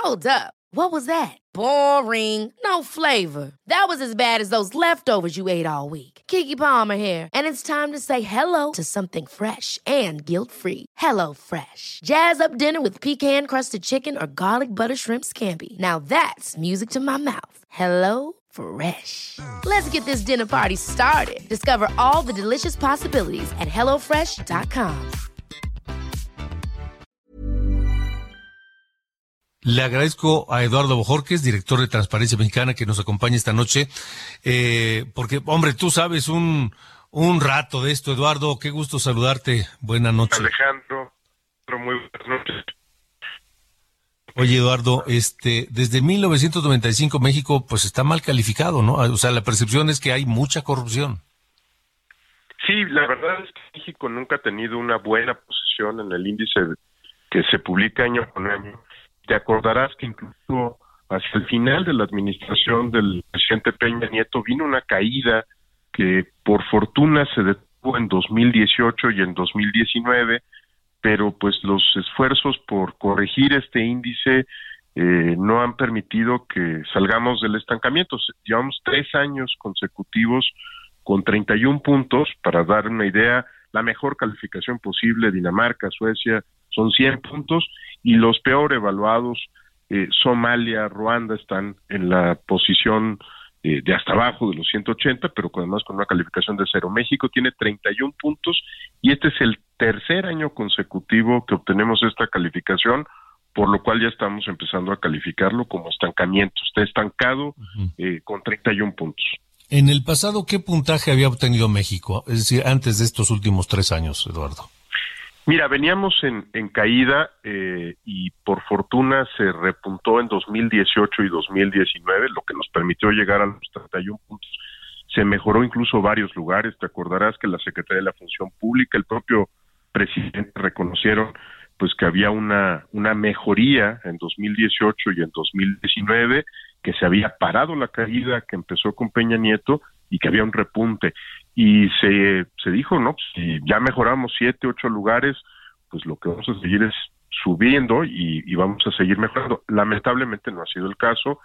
Hold up. What was that? Boring. No flavor. That was as bad as those leftovers you ate all week. Keke Palmer here, and it's time to say hello to something fresh and guilt-free. Hello Fresh. Jazz up dinner with pecan-crusted chicken or garlic butter shrimp scampi. Now that's music to my mouth. Hello Fresh. Let's get this dinner party started. Discover all the delicious possibilities at hellofresh.com. Le agradezco a Eduardo Bojorquez, director de Transparencia Mexicana, que nos acompaña esta noche, porque, hombre, tú sabes un rato de esto. Eduardo, qué gusto saludarte. Buenas noches. Alejandro, muy buenas noches. Oye, Eduardo, desde 1995 México pues está mal calificado, ¿no? O sea, la percepción es que hay mucha corrupción. Sí, la verdad es que México nunca ha tenido una buena posición en el índice que se publica año con año. Te acordarás que incluso hacia el final de la administración del presidente Peña Nieto vino una caída que por fortuna se detuvo en 2018 y en 2019, pero pues los esfuerzos por corregir este índice no han permitido que salgamos del estancamiento. Llevamos 3 años consecutivos con 31 puntos, para dar una idea, la mejor calificación posible, Dinamarca, Suecia, son 100 puntos, y los peor evaluados, Somalia, Ruanda, están en la posición de hasta abajo de los 180, pero además con una calificación de 0. México tiene 31 puntos, y este es el tercer año consecutivo que obtenemos esta calificación, por lo cual ya estamos empezando a calificarlo como estancamiento. Está estancado con 31 puntos. En el pasado, ¿qué puntaje había obtenido México? Es decir, antes de estos últimos 3 años, Eduardo. Mira, veníamos en caída y por fortuna se repuntó en 2018 y 2019, lo que nos permitió llegar a los 31 puntos. Se mejoró incluso varios lugares. Te acordarás que la Secretaría de la Función Pública, el propio presidente reconocieron pues que había una mejoría en 2018 y en 2019, que se había parado la caída que empezó con Peña Nieto y que había un repunte. Y se dijo, no, pues, si ya mejoramos 7, 8 lugares, pues lo que vamos a seguir es subiendo y vamos a seguir mejorando. Lamentablemente no ha sido el caso.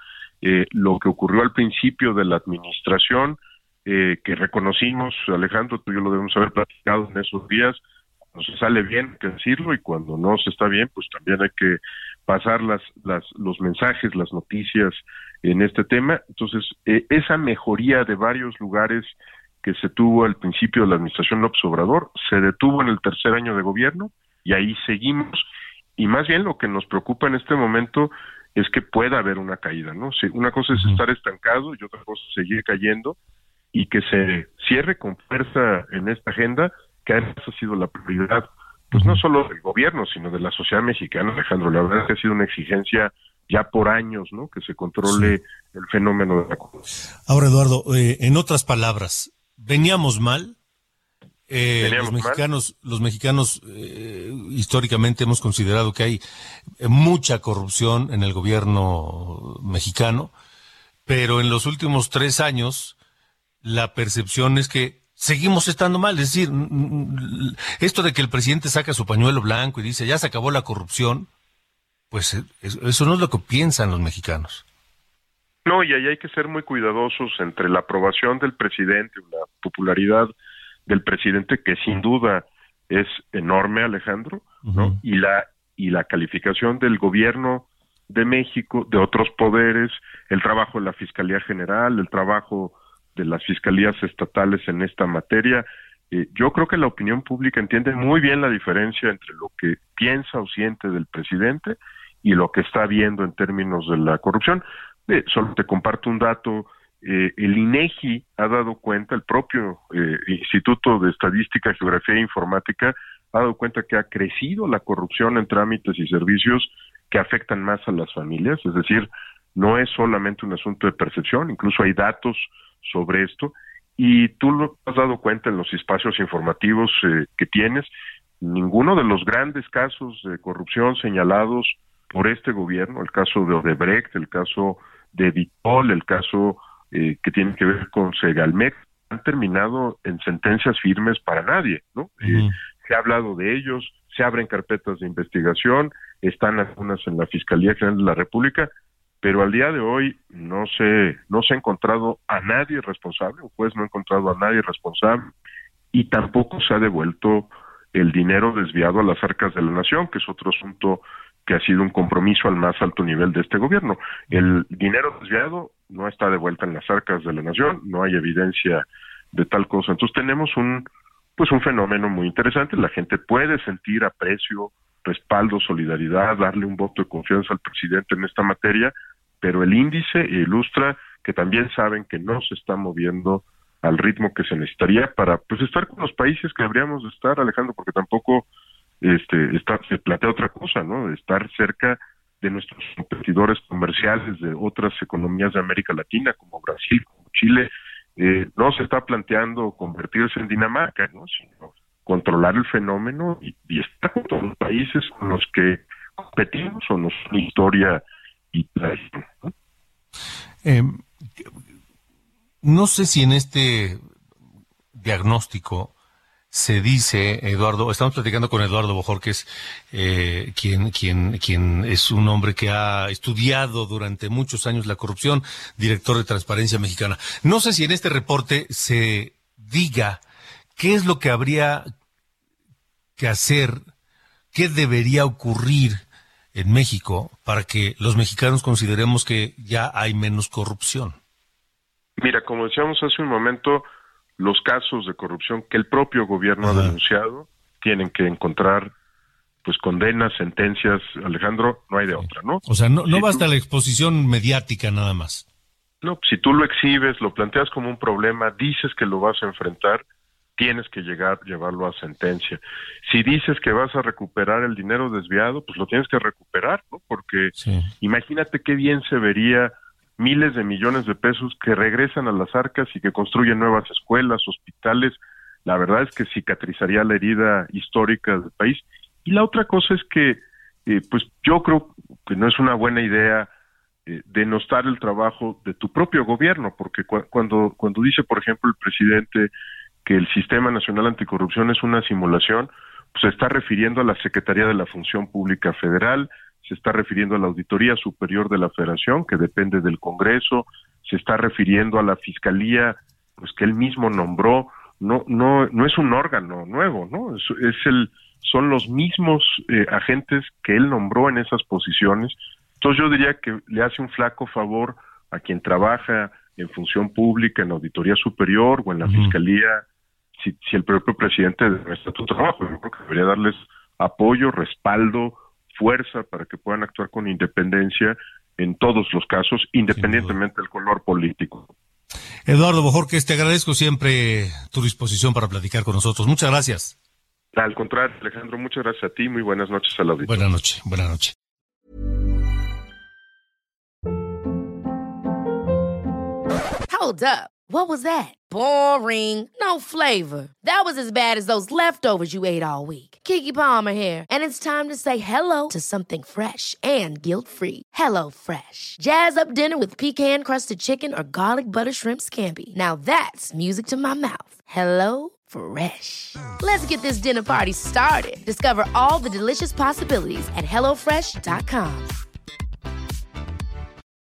Lo que ocurrió al principio de la administración, que reconocimos, Alejandro, tú y yo lo debemos haber platicado en esos días, cuando se sale bien hay que decirlo, y cuando no se está bien, pues también hay que pasar los mensajes, las noticias en este tema. Entonces, esa mejoría de varios lugares que se tuvo al principio de la administración López Obrador, se detuvo en el tercer año de gobierno, y ahí seguimos, y más bien lo que nos preocupa en este momento es que pueda haber una caída, ¿no? Si una cosa es estar estancado y otra cosa es seguir cayendo, y que se cierre con fuerza en esta agenda, que además ha sido la prioridad, pues no solo del gobierno, sino de la sociedad mexicana, Alejandro. La verdad es que ha sido una exigencia ya por años, ¿no? Que se controle el fenómeno de la corrupción. Ahora, Eduardo, en otras palabras, veníamos mal. Los mexicanos históricamente hemos considerado que hay mucha corrupción en el gobierno mexicano, pero en los últimos 3 años la percepción es que seguimos estando mal. Es decir, esto de que el presidente saca su pañuelo blanco y dice ya se acabó la corrupción, pues eso no es lo que piensan los mexicanos. No, y ahí hay que ser muy cuidadosos entre la aprobación del presidente, la popularidad del presidente, que sin duda es enorme, Alejandro, ¿no? Y la calificación del gobierno de México, de otros poderes, el trabajo de la Fiscalía General, el trabajo de las fiscalías estatales en esta materia. Yo creo que la opinión pública entiende muy bien la diferencia entre lo que piensa o siente del presidente y lo que está viendo en términos de la corrupción. Solo te comparto un dato. El INEGI ha dado cuenta, el propio Instituto de Estadística, Geografía e Informática ha dado cuenta que ha crecido la corrupción en trámites y servicios que afectan más a las familias. Es decir, no es solamente un asunto de percepción, incluso hay datos sobre esto, y tú lo has dado cuenta en los espacios informativos que tienes. Ninguno de los grandes casos de corrupción señalados por este gobierno, el caso de Odebrecht, el caso de Vitol, el caso que tiene que ver con Segalmex, han terminado en sentencias firmes para nadie, ¿no? Se ha hablado de ellos, se abren carpetas de investigación, están algunas en la Fiscalía General de la República, pero al día de hoy no se ha encontrado a nadie responsable, un juez no ha encontrado a nadie responsable, y tampoco se ha devuelto el dinero desviado a las arcas de la nación, que es otro asunto que ha sido un compromiso al más alto nivel de este gobierno. El dinero desviado no está de vuelta en las arcas de la nación, no hay evidencia de tal cosa. Entonces tenemos un fenómeno muy interesante. La gente puede sentir aprecio, respaldo, solidaridad, darle un voto de confianza al presidente en esta materia, pero el índice ilustra que también saben que no se está moviendo al ritmo que se necesitaría para estar con los países que habríamos de estar, Alejandro, porque tampoco se plantea otra cosa, ¿no? Estar cerca de nuestros competidores comerciales de otras economías de América Latina, como Brasil, como Chile. No se está planteando convertirse en Dinamarca, ¿no? Sino controlar el fenómeno y estar con todos los países con los que competimos o nos historia y tradición, ¿no? No sé si en este diagnóstico se dice, Eduardo, estamos platicando con Eduardo Bojor, que es quien es un hombre que ha estudiado durante muchos años la corrupción, director de Transparencia Mexicana. No sé si en este reporte se diga qué es lo que habría que hacer, qué debería ocurrir en México para que los mexicanos consideremos que ya hay menos corrupción. Mira, como decíamos hace un momento, los casos de corrupción que el propio gobierno ha denunciado tienen que encontrar condenas, sentencias, Alejandro, no hay de otra, ¿no? O sea, no basta la exposición mediática nada más. No, si tú lo exhibes, lo planteas como un problema, dices que lo vas a enfrentar, tienes que llevarlo a sentencia. Si dices que vas a recuperar el dinero desviado, pues lo tienes que recuperar, ¿no? Porque imagínate qué bien se vería miles de millones de pesos que regresan a las arcas y que construyen nuevas escuelas, hospitales. La verdad es que cicatrizaría la herida histórica del país. Y la otra cosa es que, yo creo que no es una buena idea denostar el trabajo de tu propio gobierno, porque cuando dice, por ejemplo, el presidente que el Sistema Nacional Anticorrupción es una simulación, pues se está refiriendo a la Secretaría de la Función Pública Federal, se está refiriendo a la Auditoría Superior de la Federación, que depende del Congreso, se está refiriendo a la Fiscalía, que él mismo nombró. No es un órgano nuevo, ¿no? Son los mismos agentes que él nombró en esas posiciones. Entonces yo diría que le hace un flaco favor a quien trabaja en función pública, en Auditoría Superior o en la Fiscalía, si el propio presidente demuestra tu trabajo. Yo creo que debería darles apoyo, respaldo, fuerza para que puedan actuar con independencia en todos los casos, independientemente del color político. Eduardo Bojorquez, te agradezco siempre tu disposición para platicar con nosotros. Muchas gracias. Al contrario, Alejandro, muchas gracias a ti. Muy buenas noches a la audiencia. Buenas noches. Hold up. What was that? Boring. No flavor. That was as bad as those leftovers you ate all week. Keke Palmer here, and it's time to say hello to something fresh and guilt-free. Hello Fresh. Jazz up dinner with pecan-crusted chicken or garlic butter shrimp scampi. Now that's music to my mouth. Hello Fresh. Let's get this dinner party started. Discover all the delicious possibilities at HelloFresh.com.